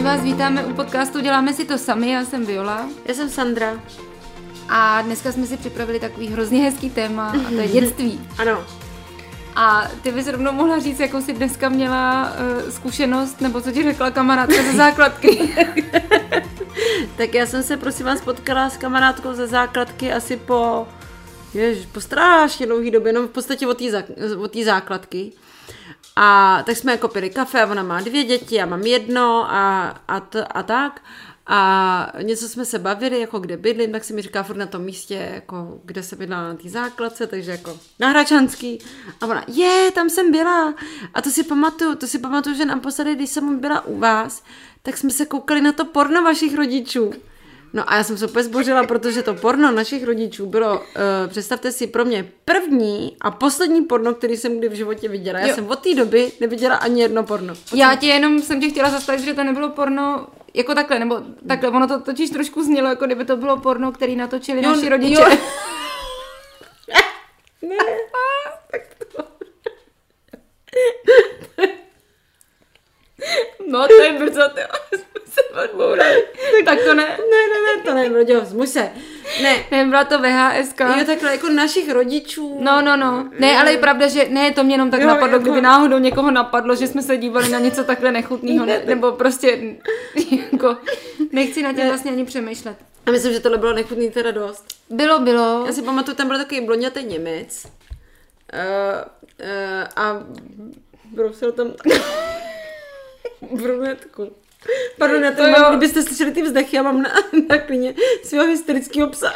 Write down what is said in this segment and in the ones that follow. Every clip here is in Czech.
vás vítáme u podcastu Děláme si to sami, já jsem Viola. Já jsem Sandra. A dneska jsme si připravili takový hrozně hezký téma a to je dětství. Ano. A ty bys rovnou mohla říct, jakou jsi dneska měla zkušenost, nebo co ti řekla kamarádka ze základky. Tak já jsem se prosím vás potkala s kamarádkou ze základky asi po strašně dlouhý době, no v podstatě od té základky. A tak jsme jako pili kafe a ona má 2 děti, já mám 1 a tak. A něco jsme se bavili, jako kde bydlím, tak si mi říká furt na tom místě, jako kde se bydla na té základce, takže jako na Hračanský. A ona, tam jsem byla. A to si pamatuju, že naposledy, když jsem byla u vás, tak jsme se koukali na to porno vašich rodičů. No a já jsem se úplně zbořila, protože to porno našich rodičů bylo, představte si, pro mě první a poslední porno, který jsem kdy v životě viděla. Já jsem od té doby neviděla ani jedno porno. Já jsem tě chtěla zastavit, že to nebylo porno jako takhle, nebo takhle, ono to totiž trošku znělo, jako kdyby to bylo porno, který natočili naši rodiče. Ne, tak to... No to je brzo, tak to ne. Ne, to ne, Broďo, zmuž se. Ne, byla to VHSka. Jo, takhle jako našich rodičů. No. Ne, ale je pravda, že ne, to mě jenom tak napadlo, kdyby náhodou někoho napadlo, že jsme se dívali na něco takhle nechutného, nebo prostě jako nechci na tím vlastně ani přemýšlet. A myslím, že tohle bylo nechutný teda dost. Bylo. Já si pamatuju, tam byl takový blondětý Němec a brousil tam brunetku. Pardon, kdybyste slyšeli ty vzdechy, já mám na klíně svého hysterického psa.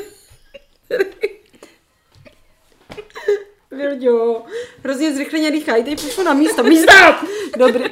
Věrďo, hrozně zrychleně dýchají, teď pošlu na místo. Dobrý.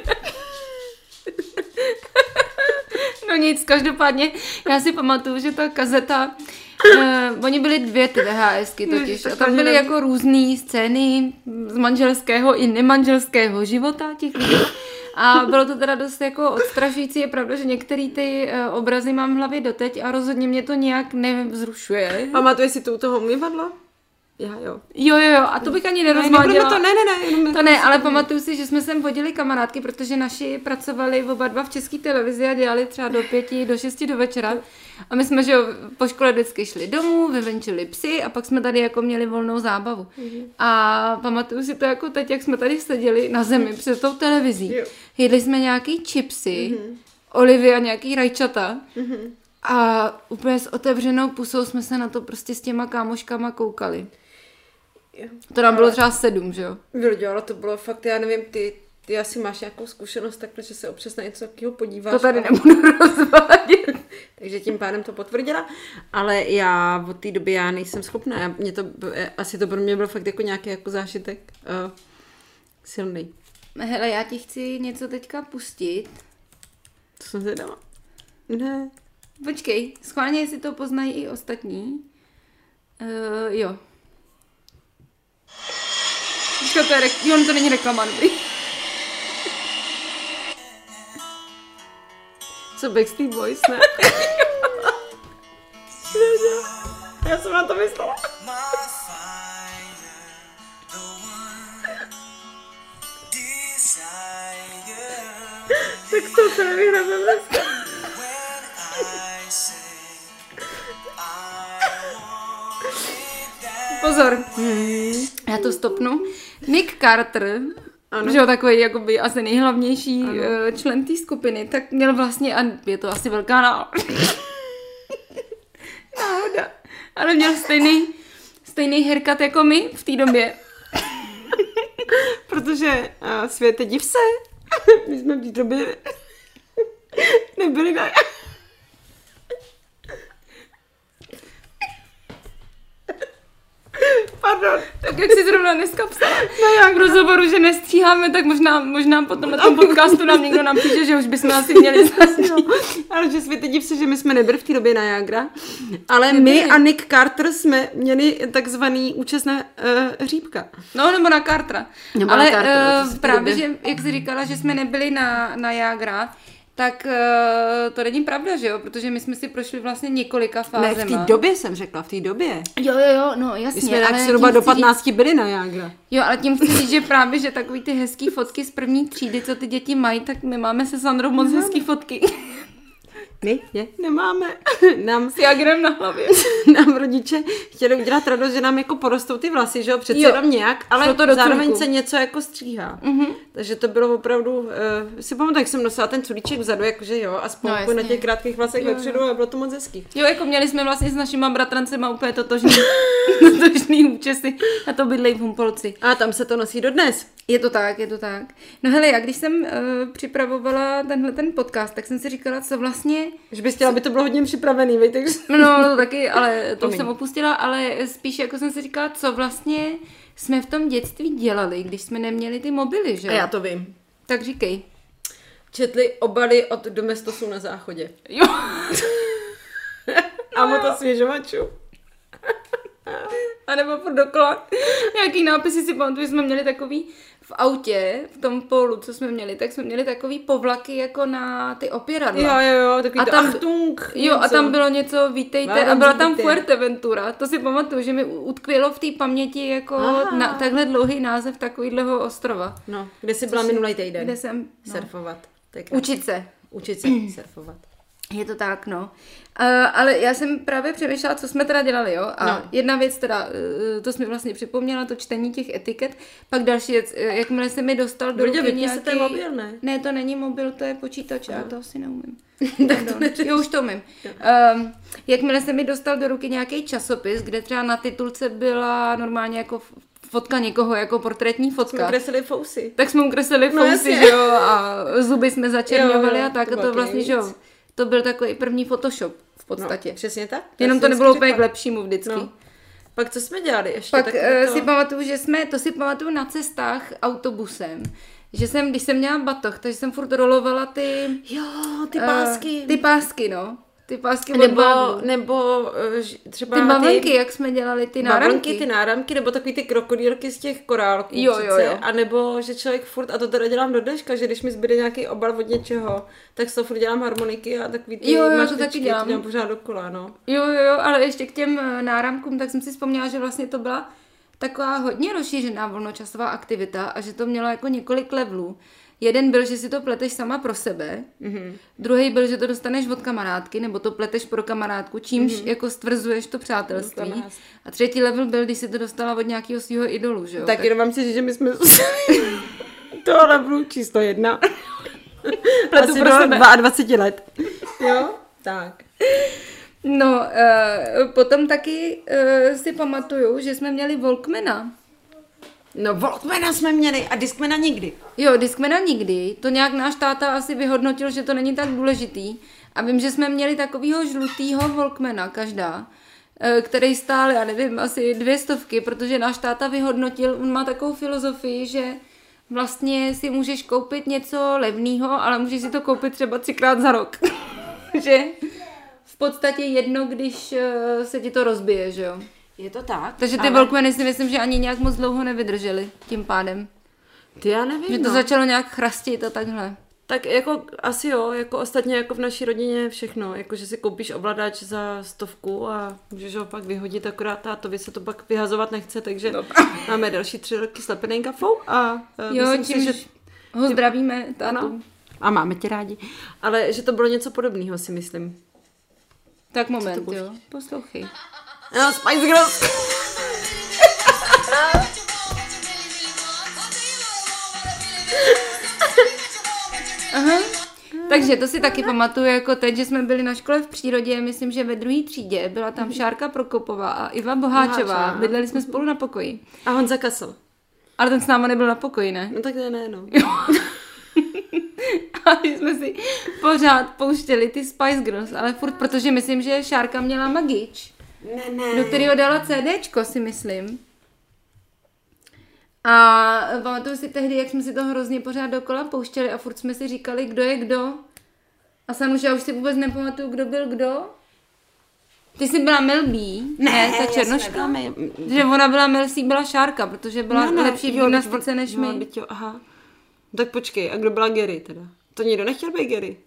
No nic, každopádně já si pamatuju, že ta kazeta, oni byly 2 ty VHSky totiž a tam byly jako různé scény z manželského i nemanželského života těch lidí. A bylo to teda dost jako odstrašující, je pravda, že některé ty obrazy mám v hlavě doteď a rozhodně mě to nějak nevzrušuje. Pamatuješ si tu toho umývadla? Já jo. Jo, a to bych ani nerozváděla. Ne. To ne, ale pamatuju si, že jsme sem vodili kamarádky, protože naši pracovali oba dva v České televizi a dělali třeba do 5, do 6 do večera. A my jsme, že po škole vždycky šli domů, vyvenčili psy a pak jsme tady jako měli volnou zábavu. A pamatuju si to jako teď, jak jsme tady seděli na zemi před tou televizí. Jedli jsme nějaký chipsy, olivy a nějaký rajčata. A úplně s otevřenou pusou jsme se na to prostě s těma kámoškama koukali. To nám bylo třeba 7, že jo? Věděla, ale to bylo fakt, já nevím, ty asi máš nějakou zkušenost takhle, že se občas na něco takového podíváš. To tady nebudu rozvádět. Takže tím pádem to potvrdila, ale já od té doby já nejsem schopná. Asi to pro mě bylo fakt jako nějaký jako zážitek silný. Hele, já ti chci něco teďka pustit. To jsem si dala. Ne. Počkej, schválně, jestli to poznají i ostatní. Jo. Počkej, to není reklama, dobrý. Co Backstreet Boys, ne? Já jsem na to myslela. Tak to se nevyhráme dneska. Pozor, já to stopnu. Nick Carter, že jo, takový jakoby asi nejhlavnější člen té skupiny, tak měl vlastně, a je to asi velká náhoda, ale měl stejný haircut jako my v té době. Protože světe, div se, my jsme v té době nebyli na... Pardon. Tak jak jsi zrovna dneska psala v rozhovoru, že nestříháme, tak možná potom na tom podcastu nám někdo napíše, že už bychom asi měli zastříhat. Ale že světe div se, že my jsme nebyli v té době na Jágra, ale my a Nick Carter jsme měli takzvaný účast na hříbka. No, nebo na Cartera. Ale právě, že jak jsi říkala, že jsme nebyli na Jágra, tak to není pravda, že jo? Protože my jsme si prošli vlastně několika fázema. Ne, v té době jsem řekla, v té době. Jo, no jasně. My jsme tak zhruba do 15 byli na Jágra. Jo, ale tím chci říct, že právě, že takový ty hezký fotky z první třídy, co ty děti mají, tak my máme se Sandrou moc hezký fotky. My nemáme. S Jagrem na hlavě. Nám rodiče chtěli udělat radost, že nám jako porostou ty vlasy, že jo, přece jenom nějak, ale to zároveň se něco jako stříhá. Takže to bylo opravdu, si pamatuju, jak jsem nosila ten culíček vzadu, jakože jo, a spolku na těch krátkých vlasech vepředu a bylo to moc hezký. Jo, jako měli jsme vlastně s našima bratrancema úplně totožný účesy a to bydlej v Humpolci. A tam se to nosí dodnes. Je to tak. No hele, já když jsem připravovala ten podcast, tak jsem si říkala, co vlastně... Že bys chtěla, aby to bylo hodně připravený, vej, takže... No, to taky, ale to už jsem opustila, ale spíš jako jsem si říkala, co vlastně jsme v tom dětství dělali, když jsme neměli ty mobily, že? A já to vím. Tak říkej. Četli obaly od Domestosů na záchodě. Jo. A motosvěžovačů. A nebo furt dokola. Nějaký nápisy si pamatuju, jsme měli takový v autě, v tom polu, co jsme měli, tak jsme měli takový povlaky jako na ty opěradla. Jo, takový a to tam, Achtung. Jo, a tam bylo něco vítejte a byla tam Fuerteventura. To si pamatuju, že mi utkvělo v té paměti jako takhle dlouhý název takovýhleho ostrova. No, kde jsi byla minulý týden? Kde jsem? Surfovat. Učit se surfovat. Je to tak, no. Ale já jsem právě přemýšlela, co jsme teda dělali, jo. A jedna věc teda, to jsme vlastně připomněla, to čtení těch etiket. Pak další věc, jakmile se mi dostal do ruky nějaký... ten mobil, ne? Ne, to není mobil, to je počítač, já to asi neumím. Jo, už to umím. Jakmile se mi dostal do ruky nějaký časopis, kde třeba na titulce byla normálně jako fotka někoho, jako portrétní fotka. Jsme kreslili fousy. Tak jsme kreslili fousy, že jo, a zuby jsme začerňovali a tak. A to vlastně, že jo, to byl takový první Photoshop v podstatě. No, přesně tak. Jenom to nebylo úplně k lepšímu vždycky. No. Pak co jsme dělali ještě? Pak si pamatuju, že to si pamatuju na cestách autobusem. Že když jsem měla batoh, takže jsem furt rolovala ty pásky. Ty pásky, no. Ty pásky nebo třeba ty bavlnky, jak jsme dělali ty náramky. Ty náramky, nebo takový ty krokodýlky z těch korálků. Jo. A nebo, že člověk furt, a to teda dělám do dneška, že když mi zbyde nějaký obal od něčeho, tak to furt dělám harmoniky a takový ty to taky dělám. To dělám pořád dokola, no. Jo, ale ještě k těm náramkům, tak jsem si vzpomněla, že vlastně to byla taková hodně rozšířená volnočasová aktivita a že to mělo jako několik levelů. Jeden byl, že si to pleteš sama pro sebe, druhý byl, že to dostaneš od kamarádky, nebo to pleteš pro kamarádku, čímž jako stvrzuješ to přátelství. A třetí level byl, když si to dostala od nějakého svého idolu, že jo? Tak jenom vám si říct, že my jsme toho levelu číslo 1. Asi do 22 let. Jo? Tak. No, potom taky si pamatuju, že jsme měli Walkmana. No, Walkmana jsme měli a Discmana nikdy. Jo, Discmana nikdy. To nějak náš táta asi vyhodnotil, že to není tak důležitý. A vím, že jsme měli takovýho žlutýho Walkmana každá, který stál, já nevím, asi 200, protože náš táta vyhodnotil, on má takovou filozofii, že vlastně si můžeš koupit něco levného, ale můžeš si to koupit třeba 3krát za rok. Že v podstatě jedno, když se ti to rozbije, že jo. Je to tak. Takže ty Walkmany si myslím, že ani nějak moc dlouho nevydržely tím pádem. Ty já nevím, že to začalo nějak chrastit a takhle. Tak jako asi jo, jako ostatně jako v naší rodině všechno, jako že si koupíš ovladač za 100 a můžeš ho pak vyhodit, akorát tátovi se to pak vyhazovat nechce, takže máme další 3 roky slepený kafou a myslím si, že ho zdravíme, tátu. A máme tě rádi, ale že to bylo něco podobného, si myslím. Tak moment, jo, poslouchej. No, Spice Girls. Aha. Takže to si taky pamatuju jako teď, že jsme byli na škole v přírodě, myslím, že ve 2. třídě. Byla tam Šárka Prokopová a Iva Boháčová. Bydleli jsme spolu na pokoji. A Honza Kasl. Ale ten s náma nebyl na pokoji, ne? No tak ne, no. A jsme si pořád pouštěli ty Spice Girls, ale furt, protože myslím, že Šárka měla Magič. Ne. Do kterého dala CDčko, si myslím. A pamatuju si tehdy, jak jsme si to hrozně pořád dokola pouštěli a furt jsme si říkali, kdo je kdo. A samozřejmě já už si vůbec nepamatuju, kdo byl kdo. Ty jsi byla Mel B, ne ta černoška. Že ona byla Mel C, byla Šárka, protože byla lepší v gymnastice než my. Aha. Tak počkej, a kdo byla Gary teda? To někdo nechtěl být Gary?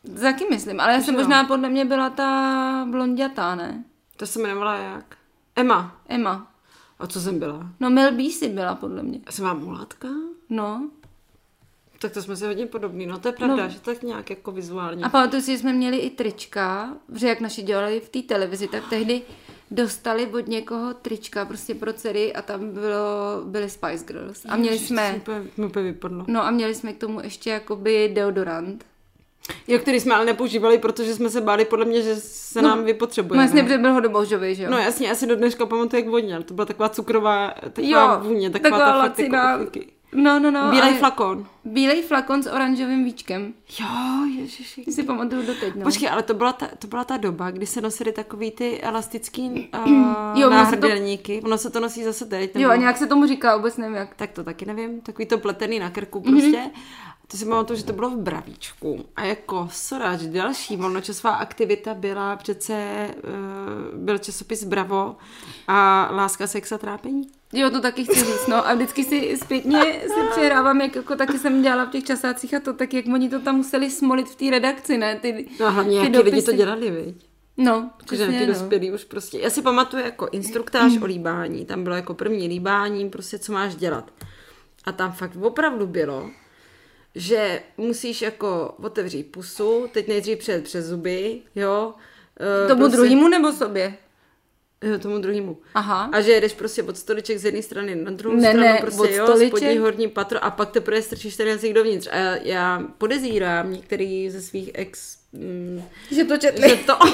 Taky myslím, ale já jsem možná podle mě byla ta blondětá, ne? To se jmenovala jak? Emma. A co jsem byla? No Mel B si byla podle mě. Já jsem byla mulatka? No. Tak to jsme si hodně podobný, no to je pravda, že tak nějak jako vizuálně. A pamatuju si, že jsme měli i trička, protože jak naši dělali v té televizi, tak tehdy dostali od někoho trička prostě pro dcery a tam byly Spice Girls. A měli jsme... Úplně vypadlo. No a měli jsme k tomu ještě jakoby deodorant. Jo, který jsme ale nepoužívali, protože jsme se báli podle mě, že se nám vypotřebuje. No jasně, protože byl hodoboužovej, že jo? No jasně, já si do dneška pamatuju, jak voněl. To byla taková cukrová, taková vůně, taková ta laciná. No. Bílej flakon s oranžovým víčkem. Jo, ježiši. Si pamatuju doteď, no. Počkej, ale to byla ta doba, kdy se nosily takový ty elastický náhrdelníky. Ono se to nosí zase teď. Jo, a nějak se tomu říká, vůbec nevím jak. Tak to taky nevím. Takový to pletený na krku prostě. To si pamatuju, že to bylo v Bravíčku. A jako sorač, další volnočasová aktivita byla přece, byl časopis Bravo a Láska, sex a trápení. Jo, to taky chci říct, no. A vždycky si zpětně si přehrávám, jak jako taky jsem dělala v těch časácích a to, tak jak oni to tam museli smolit v té redakci, ne? No a hlavně jaký lidi to dělali, viď? No, přesně, nějaký dospělý už prostě. Já si pamatuju jako instruktáž o líbání. Tam bylo jako první líbání, prostě co máš dělat. A tam fakt opravdu bylo, že musíš jako otevřít pusu, teď nejdřív přes zuby, jo. Tomu prostě... druhému nebo sobě? Jo, tomu druhému. Aha. A že jedeš prostě od stoliček z jedné strany na druhou stranu, prostě jo, spodní horní patro a pak teprve strčíš ten jazyk dovnitř. A já podezírám některý ze svých ex... že to četli. Že to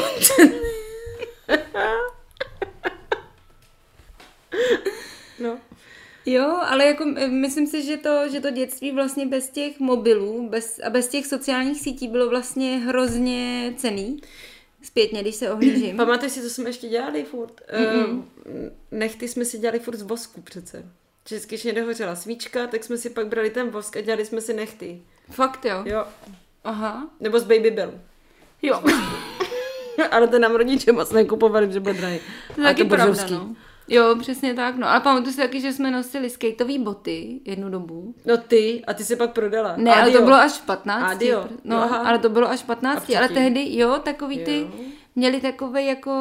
no. Jo, ale jako myslím si, že to dětství vlastně bez těch mobilů a bez těch sociálních sítí bylo vlastně hrozně cenný. Zpětně, když se ohlížím. Pamatuješ si, co jsme ještě dělali furt? Nechty jsme si dělali furt z vosku přece. Vždycky, když někde hořela svíčka, tak jsme si pak brali ten vosk a dělali jsme si nechty. Fakt jo? Jo. Aha. Nebo z Baby Bell. Jo. Ale to nám rodiče moc nekupovali, že byl drahý. To je taky pravda, no. Jo, přesně tak, no. Ale pamatuju si taky, že jsme nosili skateové boty jednu dobu. No a ty si pak prodala. Ne, ale to bylo až v 15. Adio. No, ale to bylo až v 15. Ale tehdy, jo, takový ty, měli takovej jako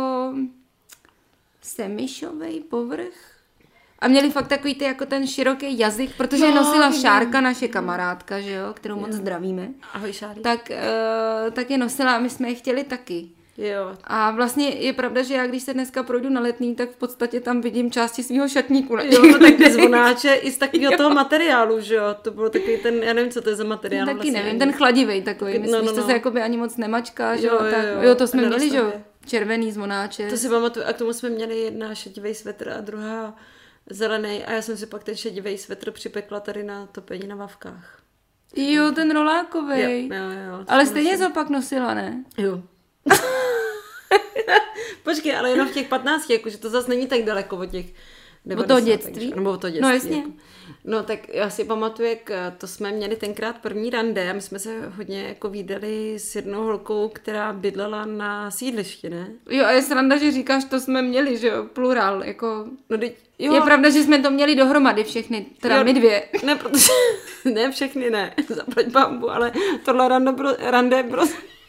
semišovej povrch. A měli fakt takový ty jako ten široký jazyk, protože nosila Šárka, naše kamarádka, že jo, kterou moc zdravíme. Ahoj Šáry. Tak je nosila a my jsme je chtěli taky. Jo. A vlastně je pravda, že já když se dneska projdu na Letný, tak v podstatě tam vidím části svého šatníku. Jo, no tak zvonáče i z takového toho materiálu, že jo. To bylo takový ten, já nevím, co to je za materiál. Taky vlastně nevím, ten chladivej takový. Myslím, že to se jakoby ani moc nemačká, že jo. Jo, to jsme měli, že jo. Červený zvonáče. To si pamatuju, a k tomu jsme měli jedna šedivý svetr a druhá zelený a já jsem si pak ten šedivý svetr připekla tady na topení na vavkách. Jo, ten rolákovej. Jo. Ale stejně to pak nosila, ne? Jo. Počkej, ale jenom v těch 15, jakože to zase není tak daleko od těch 90. Od toho dětství? Nebo od toho dětství. No jasně. Jako. No tak já si pamatuju, jak to jsme měli tenkrát první rande a my jsme se hodně jako vídali s jednou holkou, která bydlela na sídlišti, ne? Jo, a je sranda, že říkáš, to jsme měli, že jo, plurál, jako... No, jo. Je pravda, že jsme to měli dohromady všechny, teda jo, my dvě. Ne, protože... Ne, všechny ne, zaplať pambu, ale tohle rande bylo...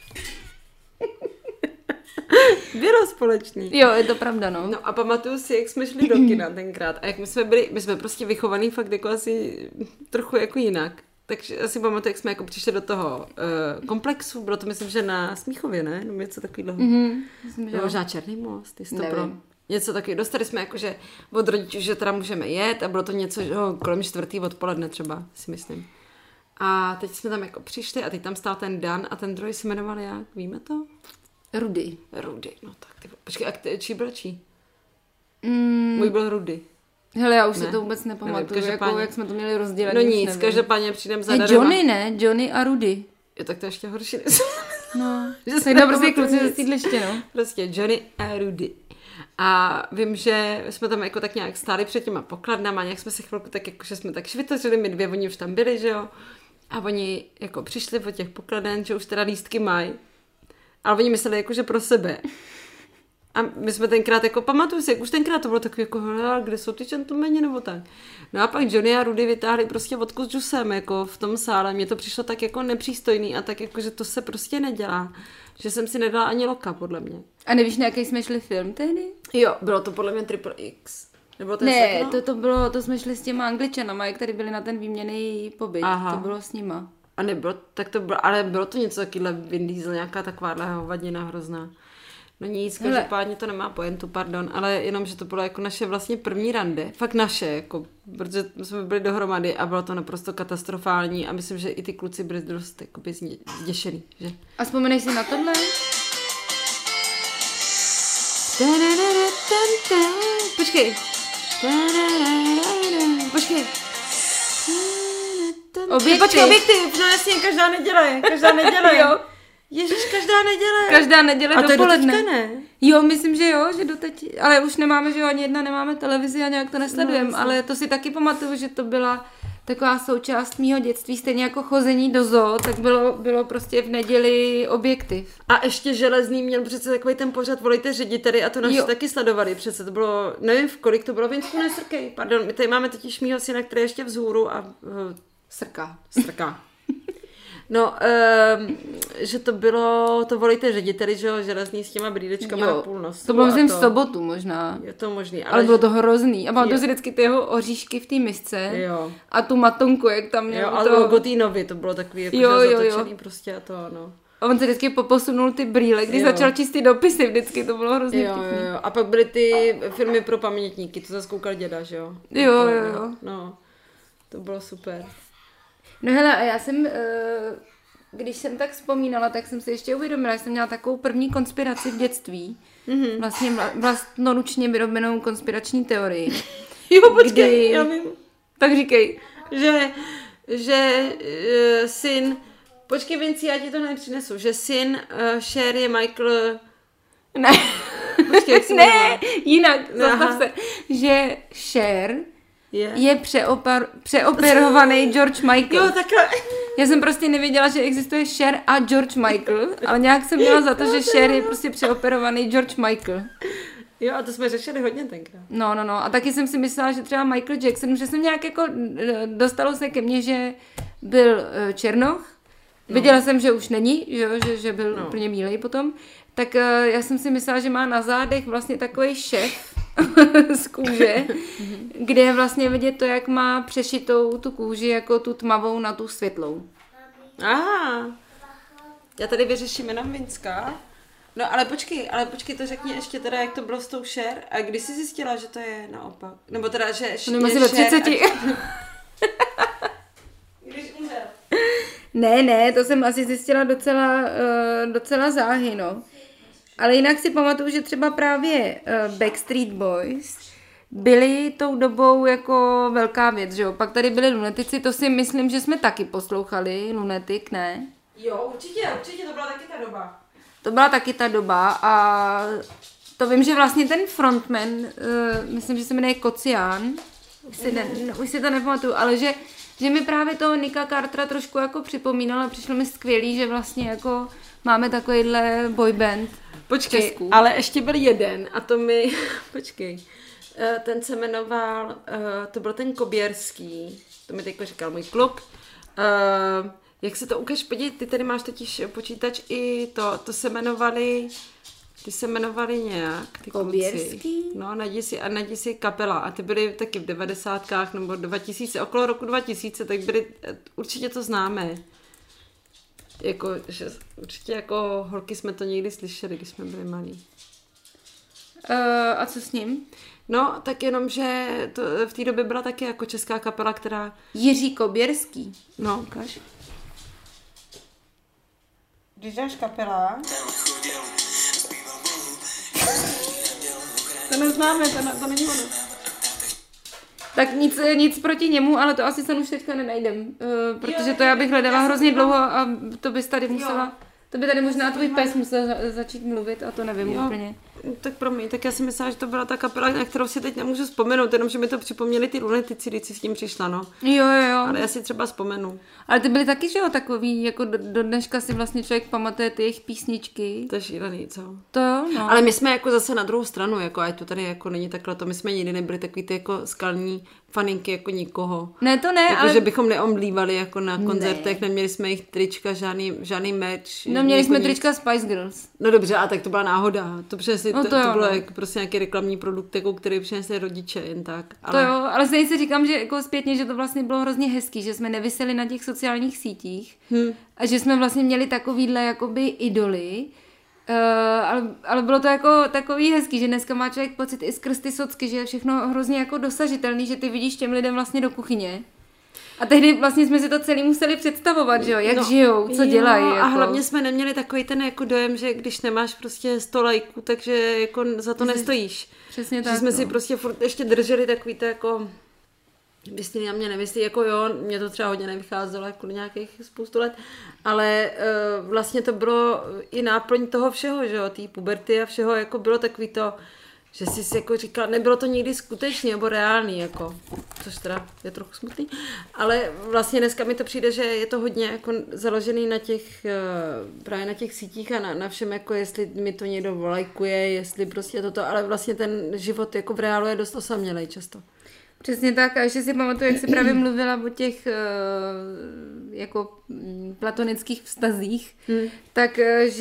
Bylo společný. Jo, je to pravda, no. No a pamatuju si, jak jsme šli do kina tenkrát a jak my jsme prostě vychovaný fakt jako asi trochu jako jinak. Takže asi pamatuju, jak jsme jako přišli do toho komplexu, bylo to myslím, že na Smíchově, ne? Nebo něco takového. Možná Černý most, jestli to bylo. Něco taky. Dostali jsme jakože od rodičů, že teda můžeme jet a bylo to něco kolem 4. odpoledne třeba, si myslím. A teď jsme tam jako přišli a teď tam stál ten Dan a ten druhý se jmenoval jak? Víme to? Rudy, no tak ty... Počkej, a čí byl čí? Můj byl Rudy. Hele, já už si to vůbec nepamatuju, jako, jak jsme to měli rozdělené. No nic, každopádně přijdem za darem. Johnny, ne? Johnny a Rudy. Jo, tak to ještě horší. No, tak to prostě kluci ze sídliště, no. Prostě Johnny a Rudy. A vím, že jsme tam jako tak nějak stáli před těma pokladnama, nějak jsme se chvilku tak jako, že jsme tak švitořili, my dvě, oni už tam byli, že jo. A oni jako přišli od těch pokladen, že už teda lístky mají. Ale oni mysleli jako, že pro sebe. A my jsme tenkrát, jako pamatuju si, jak už tenkrát to bylo takový jako, kde jsou ty gentlemani, nebo tak. No a pak Johnny a Rudy vytáhli prostě vodku s džusem, jako v tom sále. Mně to přišlo tak jako nepřístojný a tak jako, že to se prostě nedělá. Že jsem si nedala ani loka, podle mě. A nevíš, na jaký jsme šli film tehdy? Jo, bylo to podle mě Triple X. Nebo to ne, to jsme šli s těma Angličanama, jak tady byli na ten výměnný pobyt. Aha. To bylo s nima. A nebylo, tak to bylo, ale bylo to něco takovýhle Vin Diesel, nějaká takováhle hovadina hrozná. No nic, každopádně to nemá pointu, pardon, ale jenom, že to bylo jako naše vlastně první rande, fakt naše, jako, protože jsme byli dohromady a bylo to naprosto katastrofální a myslím, že i ty kluci byli dost jakoby zděšený, že? A vzpomeneš si na tohle? Počkej. Objektiv, no jasně, každá neděle. Jo. Ježiš, každá neděle. Každá neděle a to dopoledne. A ne? Jo, myslím, že jo, že doteď, ale už nemáme, že jo, ani jedna nemáme televizi a nějak to nesledujeme, No, ale to si taky pamatuju, že to byla taková součást mýho dětství, stejně jako chození do zoo, tak bylo prostě v neděli Objektiv. A ještě Železný měl přece takový ten pořad Volejte řediteli a to naši taky sledovali. Přece to bylo, nevím v kolik to bylo, Vinsku nesrkej, pardon, my tady máme totiž mýho syna, který je ještě vzhůru a Srká. No, že to bylo, to Volejte řediteli, že jo, Železný s těma brýlečkama na půlnosu. To bylo myslím v sobotu možná. Je to možný. Ale bylo to hrozný. A pamatuju si vždycky ty jeho oříšky v té misce. Jo. A tu matonku, jak tam měl. Jo, ale Logotýnovi, to bylo takový jako zatočený prostě a to, no. A on se vždycky poposunul ty brýle, když začal číst ty dopisy vždycky, to bylo hrozně vtipný. Jo. A pak byly ty filmy pro pamětníky, to zase koukal děda, že jo? Jo. No, to bylo super. No hele, a já jsem, když jsem tak vzpomínala, tak jsem si ještě uvědomila, že jsem měla takovou první konspiraci v dětství. Mm-hmm. Vlastně vlastnoručně vyrobenou konspirační teorii. Jo, počkej, já vím. Tak říkej. Že syn, počkej Vinci, já ti to nepřinesu, že syn Cher je Michael... Ne, počkej, jak ne, jinak, zastav se, že Cher je přeoperovaný George Michael. Jo, takhle. Já jsem prostě nevěděla, že existuje Cher a George Michael, ale nějak jsem měla za to, že Cher je prostě přeoperovaný George Michael. Jo, a to jsme řešili hodně tenkrát. No. A taky jsem si myslela, že třeba Michael Jackson, že jsem nějak jako dostalo se ke mně, že byl černoch. Viděla jsem, že už není, že byl úplně bílej potom. Tak já jsem si myslela, že má na zádech vlastně takový šef z kůže, kde je vlastně vidět to, jak má přešitou tu kůži, jako tu tmavou na tu světlou. Aha. Já tady vyřeším jenom Vinska. No ale počkej, to řekni ještě teda, jak to bylo s tou Cher. A kdy jsi zjistila, že to je naopak? Nebo teda, že je Cher... 30. Když umřel. Ne, to jsem asi zjistila docela záhy, no. Ale jinak si pamatuju, že třeba právě Backstreet Boys byli tou dobou jako velká věc, že jo. Pak tady byli Lunetici, to si myslím, že jsme taky poslouchali, Lunetik, ne? Jo, určitě, to byla taky ta doba. To byla taky ta doba a to vím, že vlastně ten frontman, myslím, že se jmenuje Kocián, už si to nepamatuju, ale že mi právě toho Nicka Cartera trošku jako připomínala, přišlo mi skvělý, že vlastně jako máme takovýhle boyband. Počkej, ale ještě byl jeden a to mi, ten se jmenoval, to byl ten Koběrský, to mi teďko říkal můj kluk, jak se to ukáž, podívej, ty tady máš totiž počítač i to se jmenovali, ty se jmenovali nějak, ty Koběrský? Kluci. No, najdi si kapela a ty byly taky v 90kách nebo 2000, okolo roku 2000, tak byly, určitě to známe. Jako, že určitě jako holky jsme to někdy slyšeli, když jsme byli malí. A co s ním? No, tak jenom, že to v té době byla taky jako česká kapela, která... Jiří Koběrský. No, ukáž. Když dáš kapela... To neznáme, to není ono. Tak nic proti němu, ale to asi se už teďka nenajdem, protože to já bych hledala hrozně dlouho a to bys tady musela, to by tady možná tvůj pes musel začít mluvit a to nevím úplně. Tak promiň, tak já si myslela, že to byla ta kapela, na kterou si teď nemůžu vzpomenout, jenom že mi to připomněli ty lunetici, když si s tím přišla, no. Jo. Ale já si třeba vzpomenu. Ale ty byly taky, že jo, takový, jako do dneška si vlastně člověk pamatuje ty jejich písničky. To je šílený, co? To jo, no. Ale my jsme jako zase na druhou stranu, jako ať to tady jako není takhle, to my jsme nikdy nebyli takový ty jako skalní faninky jako nikoho. Ne, to ne, jako, ale... že bychom neomdlívali jako na koncertech, neměli jsme jich trička, žádný merch. No měli jsme trička Spice Girls. No dobře, a tak to byla náhoda. To přesně, no to bylo jako prostě nějaký reklamní produkt, jako, který přinesli rodiče jen tak. Ale... To jo, ale stejně si říkám, že jako zpětně, že to vlastně bylo hrozně hezký, že jsme neviseli na těch sociálních sítích a že jsme vlastně měli takovýhle jakoby idoly, ale bylo to jako takový hezký, že dneska má člověk pocit i skrz ty socky, že je všechno hrozně jako dosažitelný, že ty vidíš těm lidem vlastně do kuchyně. A tehdy vlastně jsme si to celý museli představovat, že jo, jak žijou, co dělají. Jako. A hlavně jsme neměli takový ten jako dojem, že když nemáš prostě 100 lajků, takže jako za to nestojíš. Přesně tak. Že jsme si prostě furt ještě drželi takový to jako myslí na mě, nemyslí, jako jo, mě to třeba hodně nevycházelo jako nějakých spoustu let, ale vlastně to bylo i náplň toho všeho, že jo, té puberty a všeho, jako bylo takový to, že jsi si jako říkal, nebylo to nikdy skutečný nebo reálný, jako, což teda je trochu smutný, ale vlastně dneska mi to přijde, že je to hodně jako založený na těch, právě na těch sítích a na všem, jako jestli mi to někdo volajkuje, jestli prostě toto, ale vlastně ten život jako v reálu je dost osamělej často. Přesně tak, a ještě si pamatuju, jak jsi právě mluvila o těch jako platonických vztazích, tak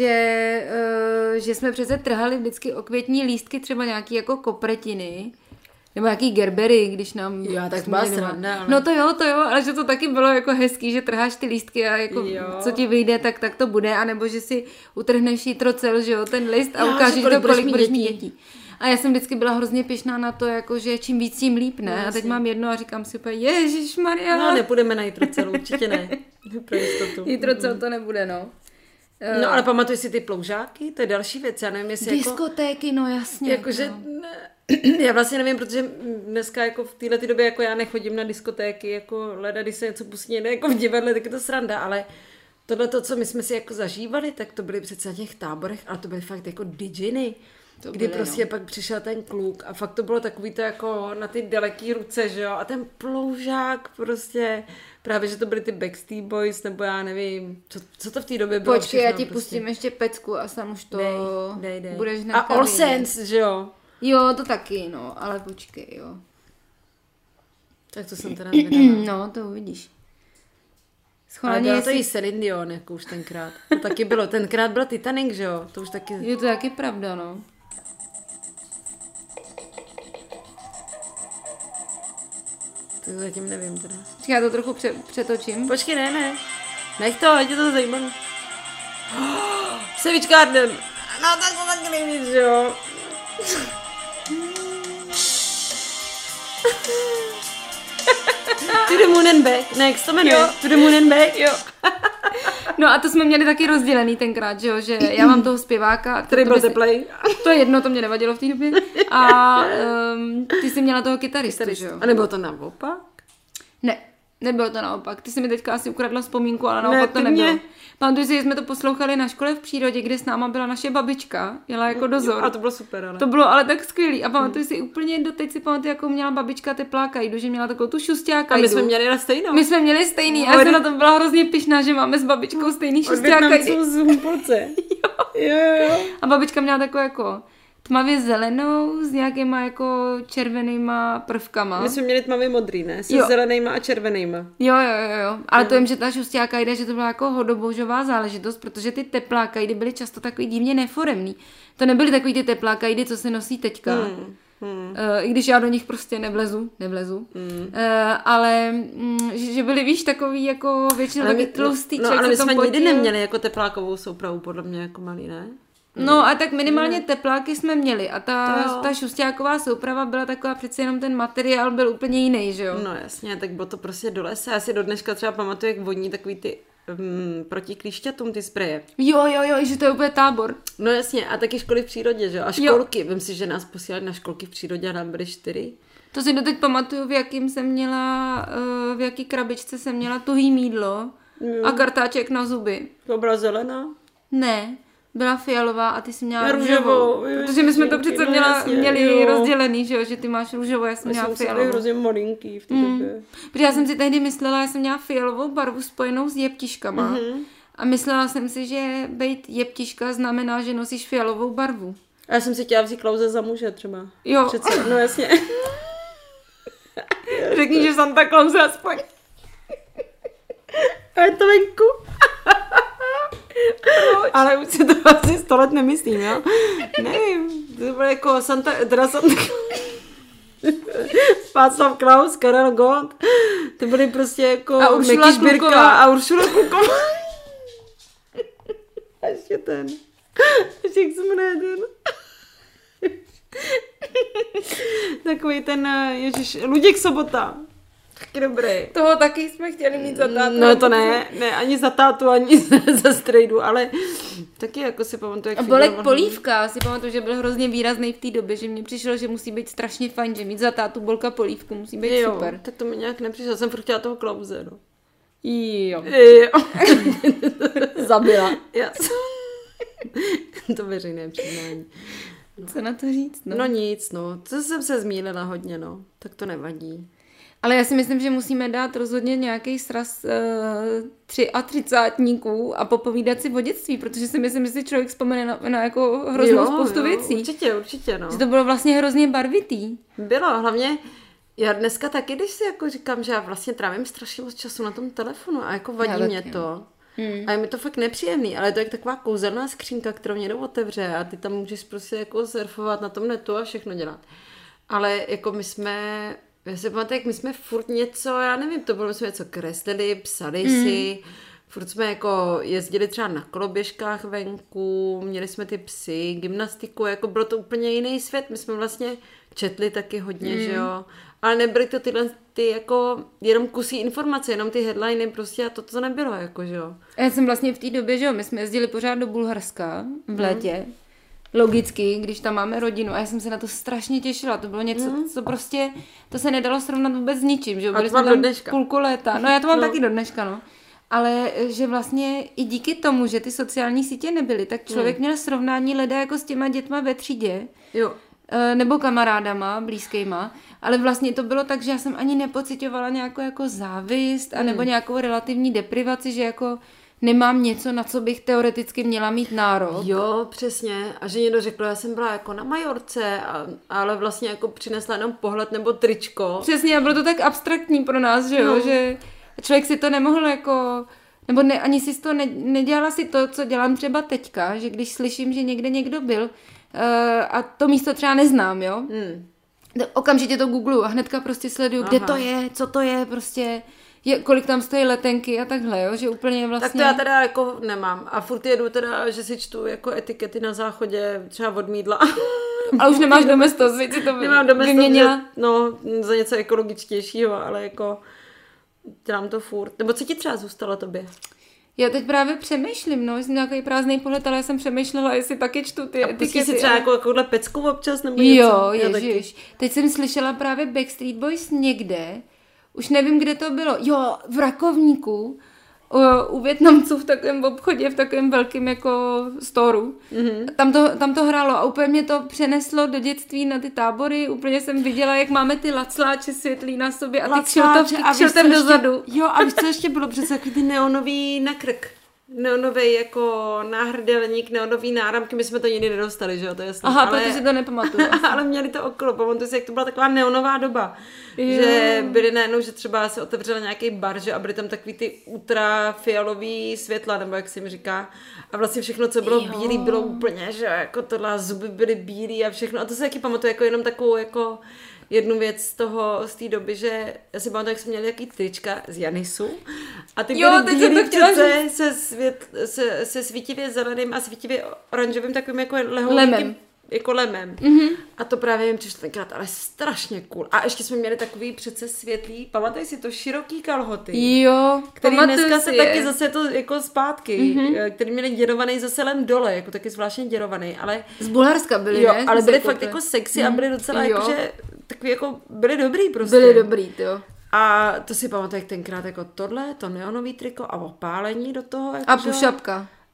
že jsme přece trhali vždycky okvětní lístky, třeba nějaký jako kopretiny, nebo nějaký gerbery, když nám... Jo, tak byla sranda, ale... No to jo, ale že to taky bylo jako hezký, že trháš ty lístky a jako co ti vyjde, tak to bude, anebo že si utrhneš jitrocel, že jo, ten list a ukážeš, kolik budeš mít dětí. A já jsem vždycky byla hrozně pyšná na to, jako, že čím víc, tím líp, ne? No, a teď mám jedno a říkám si úplně, ježišmarja. No, nepůjdeme na jitrocel, určitě ne. Pro jistotu. Jitrocel to nebude, no. No, ale pamatuj si ty ploužáky? To je další věc, já nevím, jestli diskotéky, jako... no jasně. Jakože, já vlastně nevím, protože dneska jako v této době jako já nechodím na diskotéky, jako leda, když se něco pustí někde jako v divadle, tak je to sranda, ale tohle to, co my jsme si jako zažívali, tak to byly přece na těch táborech, ale to byly fakt jako didžiny. Kdy prostě pak přišel ten kluk a fakt to bylo takový to jako na ty daleký ruce, že jo, a ten ploužák prostě, právě, že to byly ty Backstreet Boys, nebo já nevím, co to v té době bylo. Počkej, já ti pustím ještě pecku a sam už to dej. budeš hnedka. A All Saints, že jo? Jo, to taky, no, ale počkej, jo. Tak to jsem teda nevěděla. No, to uvidíš. Ale byla to i Celine Dion, jako už tenkrát. To taky bylo, tenkrát byl Titanic, že jo? To už taky... Je to taky pravda, no. To zatím nevím teda. Já to trochu přetočím. Počkej, ne. Nech to, ať je to zajímavé. Savage Garden. No tak to taky nejvíc, že jo? To the Moon and Back. Ne, jak se to jmenuje? To the Moon and Back. Jo. No a to jsme měli taky rozdělený tenkrát, že jo, že já mám toho zpěváka. Který byl teplej. To je jedno, to mě nevadilo v té době. A ty jsi měla toho kytaristu, že jo. A nebylo to naopak? Ne, nebylo to naopak. Ty jsi mi teďka asi ukradla vzpomínku, ale naopak to nebylo. Pamatuju si, že jsme to poslouchali na škole v přírodě, kde s náma byla naše babička, jela jako dozor. A to bylo super, ale. To bylo ale tak skvělý. A pamatuju si úplně doteď si pamatuju, jakou měla babička teplá kajdu, že měla takovou tu šusťáka. A my jsme měli stejnou. My jsme měli stejný a já jsem na tom byla hrozně pyšná, že máme s babičkou stejný šusťáka. Jo. A babička měla takovou jako tmavě zelenou s nějakýma jako červenýma prvkama. My jsme měli tmavě modrý, ne? Se zelenýma a červenýma. Jo. Ale to jim, že ta šusťáka jde, že to byla jako hodobožová záležitost, protože ty teplákajdy byly často takový divně neforemný. To nebyly takový ty teplákajdy, co se nosí teďka. I když já do nich prostě nevlezu. Ale že byly, víš, takový jako většinou taky tlustý. No, ale my jsme nikdy neměli jako teplákovou soupravu, podle mě jako malý, ne? No a tak minimálně tepláky jsme měli a ta šusťáková souprava byla taková, přece jenom ten materiál byl úplně jiný, že jo? No jasně, tak bylo to prostě do lesa. Já si do dneška třeba pamatuju, jak voní takový ty proti klíšťatům ty spreje. Jo, že to je úplně tábor. No jasně, a taky školy v přírodě, že jo? A školky, vím si, že nás posílali na školky v přírodě a nám byly 4. To si doteď pamatuju, v jaký krabičce jsem měla tuhý mýdlo a kartáček na zuby. To byla zelená? Ne. byla fialová a ty jsi měla růžovou. Protože my jsme to přece měli rozdělený, že jo, že ty máš růžovou, já jsem měla fialovou. Já hrozně malinký v té době. Protože já jsem si tehdy myslela, že jsem měla fialovou barvu spojenou s jeptiškama. A myslela jsem si, že být jeptiška znamená, že nosíš fialovou barvu. A já jsem si chtěla vzít Klause za muže třeba. Jo. Přece, no jasně. Řekni, že Santa Claus aspoň. A je to venku. Ale už si to asi 100 let nemyslím, jo? Nevím, to bylo jako Santa Václav Klaus, Karel Gott, to byly prostě jako a Uršula Šbírka a Uršula Kluková. A ještě ten. Ještě jak se jmenuje ten. Takový ten, ježiš, Luděk Sobota. Taky dobrý. Toho taky jsme chtěli mít za tátu. No to ne, ani za tátu, ani za strejdu, ale taky jako si pamatuju, jak a Bolek Polívka, si pamatuju, že byl hrozně výrazný v té době, že mně přišlo, že musí být strašně fajn, že mít za tátu Bolka Polívku musí být jo, super. Tak to mi nějak nepřišlo, jsem furt chtěla toho Klause, no. Jo. Zabila. To veřejné přiznání. Co na to říct, no? No nic, no. To jsem se zmýlila hodně, no. Tak to nevadí. Ale já si myslím, že musíme dát rozhodně nějaký sraz 33 a popovídat si o dětství, protože si myslím, že si člověk vzpomene na jako hroznou spoustu věcí. Určitě, no. Že to bylo vlastně hrozně barvitý. Bylo, hlavně já dneska taky, když si jako říkám, že já vlastně trávím strašně moc času na tom telefonu a jako vadí mě to. A je mi to fakt nepříjemný, ale to je taková kouzelná skřínka, kterou někdo otevře a ty tam můžeš prostě jako surfovat na tom netu a všechno dělat. Ale jako já si pamatuju, jak my jsme furt něco, já nevím, to bylo, my jsme něco kreslili, psali si, furt jsme jako jezdili třeba na koloběžkách venku, měli jsme ty psy, gymnastiku, jako bylo to úplně jiný svět, my jsme vlastně četli taky hodně, že jo, ale nebyly to tyhle ty jako jenom kusí informace, jenom ty headliny prostě a to nebylo, jako, že jo. Já jsem vlastně v té době, že jo, my jsme jezdili pořád do Bulharska v létě, logicky, když tam máme rodinu a já jsem se na to strašně těšila, to bylo něco, co prostě, to se nedalo srovnat vůbec s ničím, že jo, byli jsme tam půlku léta, no já to mám taky do dneška, no. Ale že vlastně i díky tomu, že ty sociální sítě nebyly, tak člověk měl srovnání leda jako s těma dětma ve třídě. Jo. Nebo kamarádama, blízkýma, ale vlastně to bylo tak, že já jsem ani nepocitovala nějakou jako závist a nebo nějakou relativní deprivaci, že jako nemám něco, na co bych teoreticky měla mít nárok. Jo, přesně. A že někdo řekl, já jsem byla jako na Majorce, ale vlastně jako přinesla jenom pohled nebo tričko. Přesně, a bylo to tak abstraktní pro nás, že jo, že člověk si to nemohl jako, nebo ne, ani si to nedělala si to, co dělám třeba teďka, že když slyším, že někde někdo byl a to místo třeba neznám, jo, okamžitě to googluju a hnedka prostě sleduju, kde to je, co to je, prostě kolik tam stojí letenky a takhle, jo, že úplně vlastně... Tak to já teda jako nemám a furt jedu teda, že si čtu jako etikety na záchodě, třeba od mýdla. A už nemáš Domestos, víc si to nemám Domestos, no, za něco ekologičtějšího, ale jako dělám to furt. Nebo co ti třeba zůstalo tobě? Já teď právě přemýšlím, no, jsem nějaký prázdný pohled, ale já jsem přemýšlela, jestli taky čtu ty etikety. A pustíš si třeba takovouhle pecku občas nebo něco? Jo, ježiš. Teď jsem slyšela právě Backstreet Boys někde, už nevím, kde to bylo. Jo, v Rakovníku, u Vietnamců v takovém obchodě, v takovém velkém jako storu. Tam to hrálo a úplně mě to přeneslo do dětství na ty tábory. Úplně jsem viděla, jak máme ty lacláče světlý na sobě a ty kšiltem dozadu. Jo, a víš, co ještě bylo? Přece takový ty neonový na krk. Neonový jako náhrdelník, neonový náramky, my jsme to nikdy nedostali, že jo, to je jasný. Aha, protože si to nepamatuju. Ale měli to okolo, pamatuju si, jak to byla taková neonová doba. Že byly najednou, že třeba se otevřel nějaký bar, že a byly tam takový ty ultrafialový světla, nebo jak se jim říká. A vlastně všechno, co bylo bílý, bylo úplně, že jako tohle zuby byly bílý a všechno. A to se taky pamatuju, jako jenom takovou jako jednu věc z té doby, že já si pamatuju, jak jsme měli takový trička z Janisu a ty byly bílý přece se svítivě zeleným a svítivě oranžovým takovým jako lehouným jako lemem. A to právě jim přišlo tenkrát, ale strašně cool. A ještě jsme měli takový přece světlý, pamatuj si to, široký kalhoty. Jo, který dneska se taky zase to jako zpátky, který měli děrovaný zase len dole, jako taky zvláštně děrovaný, ale z Bulharska byli, jo, ne? Ale byli fakt jako sexy a byli docela jakože takový jako byli dobrý prostě. Byli dobrý, jo. A to si pamatuju, jak tenkrát jako tohle, to neonový triko a opálení do toho. Jako, a pušapka.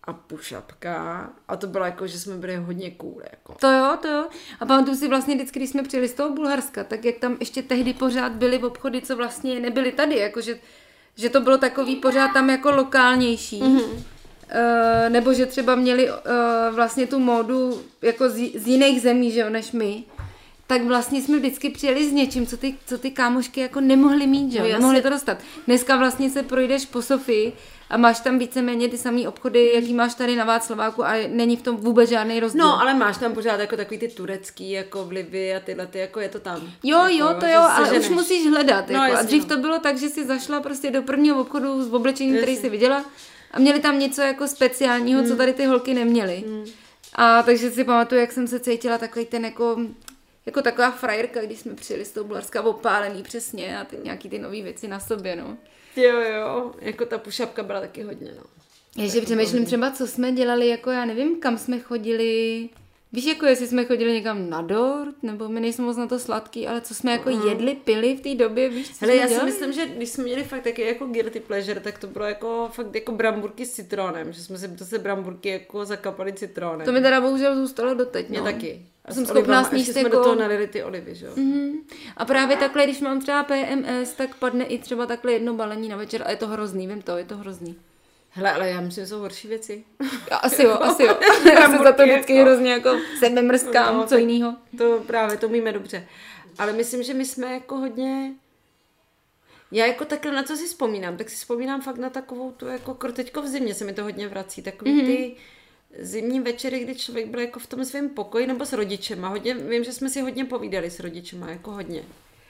a push-upka a to bylo jako, že jsme byli hodně cool. Jako. To jo. A pamatuju si vlastně vždycky, když jsme přijeli z toho Bulharska, tak jak tam ještě tehdy pořád byly obchody, co vlastně nebyly tady, jako že to bylo takový pořád tam jako lokálnější. Nebo že třeba měli vlastně tu módu jako z jiných zemí, že jo, než my. Tak vlastně jsme vždycky přijeli s něčím, co ty kámošky jako nemohly mít, že jo, nemohly to dostat. Dneska vlastně se projdeš po Sofii a máš tam víceméně ty samý obchody, jaký máš tady na Václaváku a není v tom vůbec žádný rozdíl. No, ale máš tam pořád jako takový ty turecký, jako vlivy a tyhle, jako je to tam. Jo, jako, to jo, ale už musíš hledat. No, jako. jasně, A dřív to bylo tak, že jsi zašla prostě do prvního obchodu s oblečením, který jsi viděla a měli tam něco jako speciálního, co tady ty holky neměly. A takže si pamatuju, jak jsem se cítila takový ten jako taková frajerka, když jsme přijeli z toho Bulharska opálený přesně a nějaký ty nový věci na sobě, no. Jo, jako ta pušapka byla taky hodně, no. Ještě přemýšlím třeba, co jsme dělali, jako já nevím, kam jsme chodili, víš, jako jestli jsme chodili někam na dort, nebo my nejsme moc na to sladký, ale co jsme jako jedli, pili v té době, víš, co hele, jsme já dělali? si myslím, že když jsme měli fakt taky jako guilty pleasure, tak to bylo jako fakt jako bramburky s citronem, že jsme si prostě bramburky jako zakapali citronem. To mi teda bohužel zůstalo doteď, Mě no. taky. A jsem schopná sníst jsme jako... do toho nalili ty olivy, že jo? A právě takhle, když mám třeba PMS, tak padne i třeba takhle jedno balení na večer a je to hrozný, vím to, je to hrozný. Hele, ale já myslím, že jsou horší věci. Asi jo. Já se za to vždycky hrozně jako sebe mrskám, co jinýho. To právě, to umíme dobře. Ale myslím, že my jsme jako hodně... Já jako takhle na co si vzpomínám, tak si vzpomínám fakt na takovou tu, jako teďko v zimě se mi to hodně vrací, takový ty zimní večery, kdy člověk byl jako v tom svém pokoji nebo s rodičema. Hodně, vím, že jsme si hodně povídali s rodičema, jako hodně.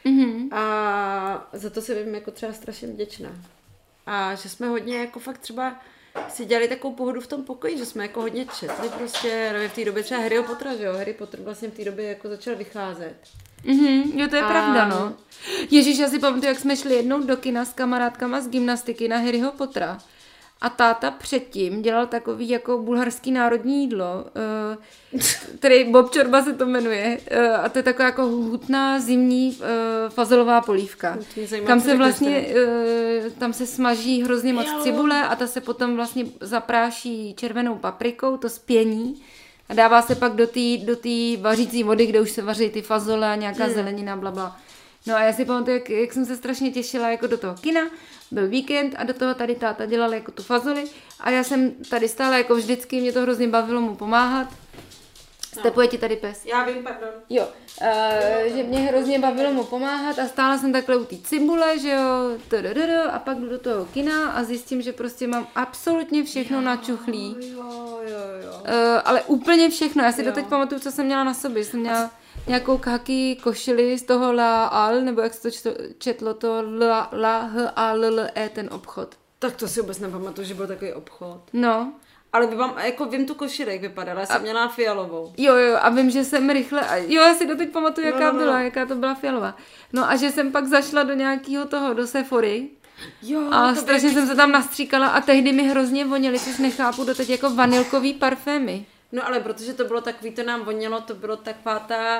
A za to se vím jako třeba strašně vděčná. A že jsme hodně jako fakt třeba si dělali takovou pohodu v tom pokoji, že jsme jako hodně četli prostě, v té době třeba Harryho Pottera, že jo? Harry Potter vlastně v té době jako začal vycházet. Jo, to je pravda, no. Ježíš, já si pamatuju, jak jsme šli jednou do kina s kamarádkama z gymnastiky na Harryho Pottera. A táta předtím dělal takový jako bulharský národní jídlo, který Bob Čorba se to jmenuje, a to je taková jako hutná zimní fazolová polívka. Kam se vlastně, tam se smaží hrozně moc cibule a ta se potom vlastně zapráší červenou paprikou, to spění a dává se pak do té vařící vody, kde už se vaří ty fazole a nějaká zelenina, blabla. No a já si pamatuju, jak jsem se strašně těšila jako do toho kina, byl víkend a do toho tady táta dělal jako tu fazoli a já jsem tady stála jako vždycky, mě to hrozně bavilo mu pomáhat. Stepuje ti tady pes. Já vím, pardon. Jo, že mě hrozně bavilo mu pomáhat a stála jsem takhle u té cibule, že jo, a pak jdu do toho kina a zjistím, že prostě mám absolutně všechno načuchlý. Jo. Ale úplně všechno, já si doteď pamatuju, co jsem měla na sobě, jsem měla nějakou khaki košili z toho La Al, nebo jak se to četlo, to La H A L L E, ten obchod. Tak to si vůbec nepamatuju, že byl takový obchod. No. Ale jako vím tu košili, jak vypadala, já jsem měla fialovou. Jo, a vím, že jsem rychle, já si doteď pamatuju, jaká to byla fialová. No a že jsem pak zašla do nějakého toho, do Sephory. Jo, a strašně jsem se tam nastříkala a tehdy mi hrozně voněly, což nechápu doteď, jako vanilkový parfémy. No ale protože to bylo takový, to nám vonělo, to bylo taková ta,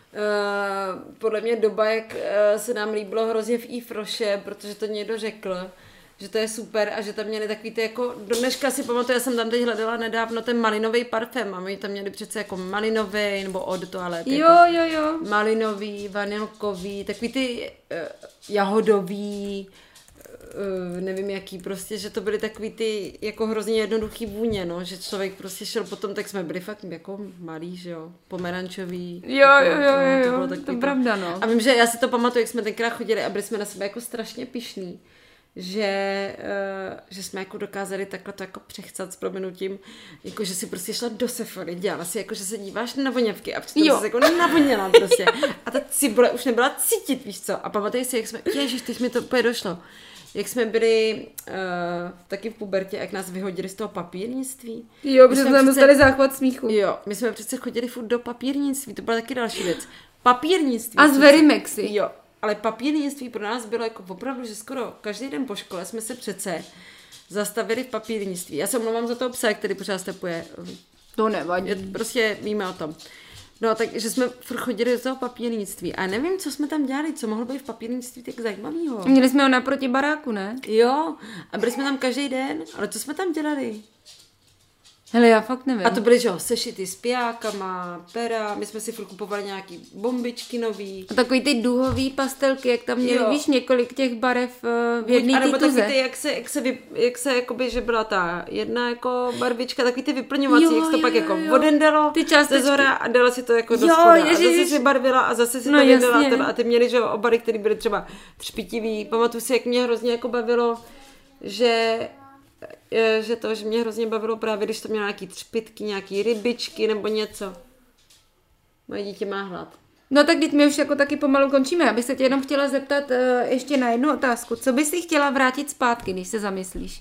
podle mě doba, jak se nám líbilo hrozně v Yves Rocher, protože to někdo řekl, že to je super a že tam měli takový ty jako, do dneška si pamatuju, já jsem tam teď hledala nedávno ten malinový parfém a my tam měli přece jako malinový nebo eau de toilette. Jo. Malinový, vanilkový, takový ty jahodový, nevím jaký, prostě, že to byly takový ty jako hrozně jednoduchý vůně, no, že člověk prostě šel potom, tak jsme byli fakt jako malí, že jo, pomerančový. Jo, to je pravda, no. A vím, že já si to pamatuju, jak jsme tenkrát chodili a byli jsme na sebe jako strašně pyšní, že jsme jako dokázali takhle to jako přechcat s prominutím, jako že si prostě šla do Sephory, dělala si jako, že se díváš na voněvky a přitom se jako navoněla prostě. A ta cibule už nebyla cítit, víš co. A pamatuj si, jak jsme, ježiš, teď mi to úplně došlo. Jak jsme byli taky v pubertě, jak nás vyhodili z toho papírnictví. Jo, protože jsme dostali záchvat smíchu. Jo, my jsme přece chodili furt do papírnictví, to byla taky další věc. Papírnictví. A z Verimexy. Jo, ale papírnictví pro nás bylo jako opravdu, že skoro každý den po škole jsme se přece zastavili v papírnictví. Já se omlouvám za toho psa, který pořád stepuje. To nevadí. Prostě víme o tom. No, takže jsme chodili do toho papírnictví. A nevím, co jsme tam dělali, co mohlo být v papírnictví tak zajímavého. Měli jsme ho naproti baráku, ne? Jo, a byli jsme tam každý den, ale co jsme tam dělali? Hele, já fakt nevím. A to byly, že jo, sešity s pijákama, pera, my jsme si furt kupovali nějaký bombičky nový. A takový ty duhový pastelky, jak tam měli, Jo. víš, několik těch barev v jedné A nebo tuze. taky ty, jak se jakoby, že byla ta jedna jako barvička, takový ty vyplňovací, jak se to pak jako odendalo Ty částečky. ze zhora a dala si to jako do Jo, spoda. A ježiš. zase si barvila a zase si No, to vydala jasně. a ty měli, že jo, obaly, které byly třeba třpitivý. Pamatuju si, jak mě hrozně jako bavilo, že mě hrozně bavilo právě, když to mělo nějaký třpitky, nějaký rybičky nebo něco. Moje dítě má hlad. No tak teď my už jako taky pomalu končíme. Já bych se tě jenom chtěla zeptat ještě na jednu otázku. Co bys si chtěla vrátit zpátky, když se zamyslíš?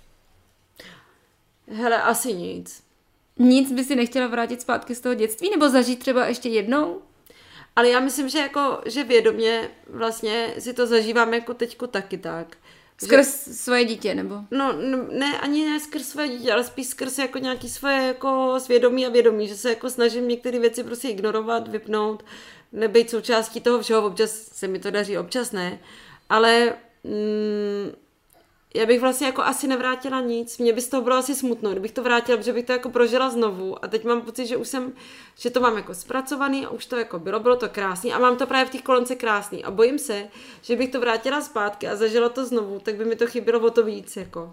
Hele, asi nic. Nic by si nechtěla vrátit zpátky z toho dětství? Nebo zažít třeba ještě jednou? Ale já myslím, že jako, že vědomě vlastně si to zažívám jako teďko taky tak. Skrz svoje dítě, nebo? No, ne, ani ne skrz své dítě, ale spíš skrz jako nějaký svoje jako svědomí a vědomí, že se jako snažím některé věci prostě ignorovat, vypnout, nebejt součástí toho všeho, občas se mi to daří, občas ne, ale já bych vlastně jako asi nevrátila nic, mně by z toho bylo asi smutno, kdybych to vrátila, protože bych to jako prožila znovu a teď mám pocit, že to mám jako zpracovaný a už to jako bylo to krásný a mám to právě v té kolonce krásný a bojím se, že bych to vrátila zpátky a zažila to znovu, tak by mi to chybělo o to víc, jako.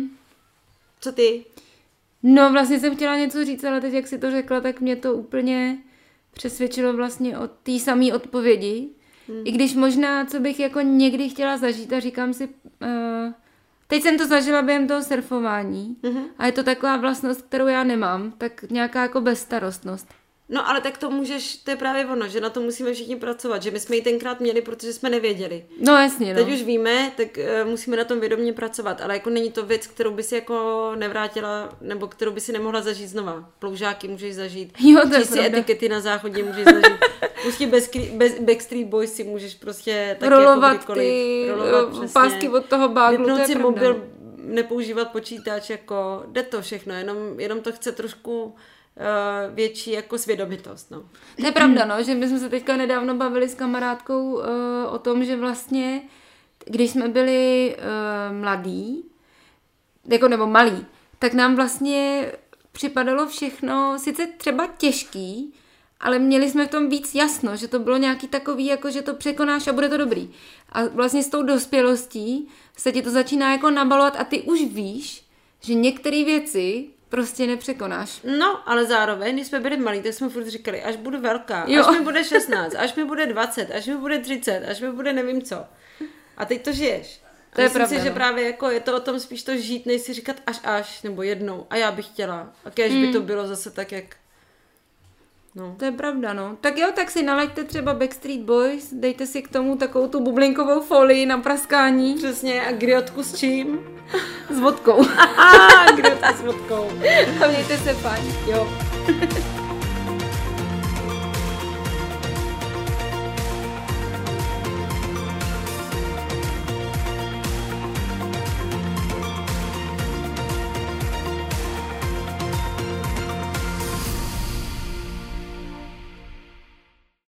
Co ty? No vlastně jsem chtěla něco říct, ale teď jak si to řekla, tak mě to úplně přesvědčilo vlastně o té samé odpovědi. I když možná, co bych jako někdy chtěla zažít a říkám si... Teď jsem to zažila během toho surfování a je to taková vlastnost, kterou já nemám, tak nějaká jako bezstarostnost. No ale tak to je právě ono, že na to musíme všichni pracovat, že my jsme ji tenkrát měli, protože jsme nevěděli. No jasně, no. Teď už víme, tak musíme na tom vědomě pracovat, ale jako není to věc, kterou by si jako nevrátila, nebo kterou by si nemohla zažít znova. Ploužáky můžeš zažít, Jo, to je číst si pravda. etikety na záchodě můžeš zažít, prostě Backstreet Boys si můžeš prostě taky rolovat jako ty přesně. pásky od toho báglu, to Vypnout je si pravda. mobil, nepoužívat počítač, jako jde to všechno, jenom to chce trošku větší jako svědomitost, no. To je pravda, no, že my jsme se teďka nedávno bavili s kamarádkou o tom, že vlastně, když jsme byli mladí, jako nebo malí, tak nám vlastně připadalo všechno sice třeba těžký, ale měli jsme v tom víc jasno, že to bylo nějaký takový, jako že to překonáš a bude to dobrý. A vlastně s tou dospělostí se ti to začíná jako nabalovat a ty už víš, že některé věci prostě nepřekonáš. No, ale zároveň, když jsme byli malí, tak jsme furt říkali, až budu velká, Jo. až mi bude 16, až mi bude 20, až mi bude 30, až mi bude nevím co. A teď to žiješ. To je myslím pravda, si, že no. právě jako je to o tom spíš to žít, než si říkat až, nebo jednou. A já bych chtěla. A kéž by to bylo zase tak, jak... No. To je pravda, no. Tak jo, tak si nalaďte třeba Backstreet Boys, dejte si k tomu takovou tu bublinkovou folii na praskání. Přesně, a griotku s čím? S vodkou. Griota s vodkou. A mějte se fajn. Jo.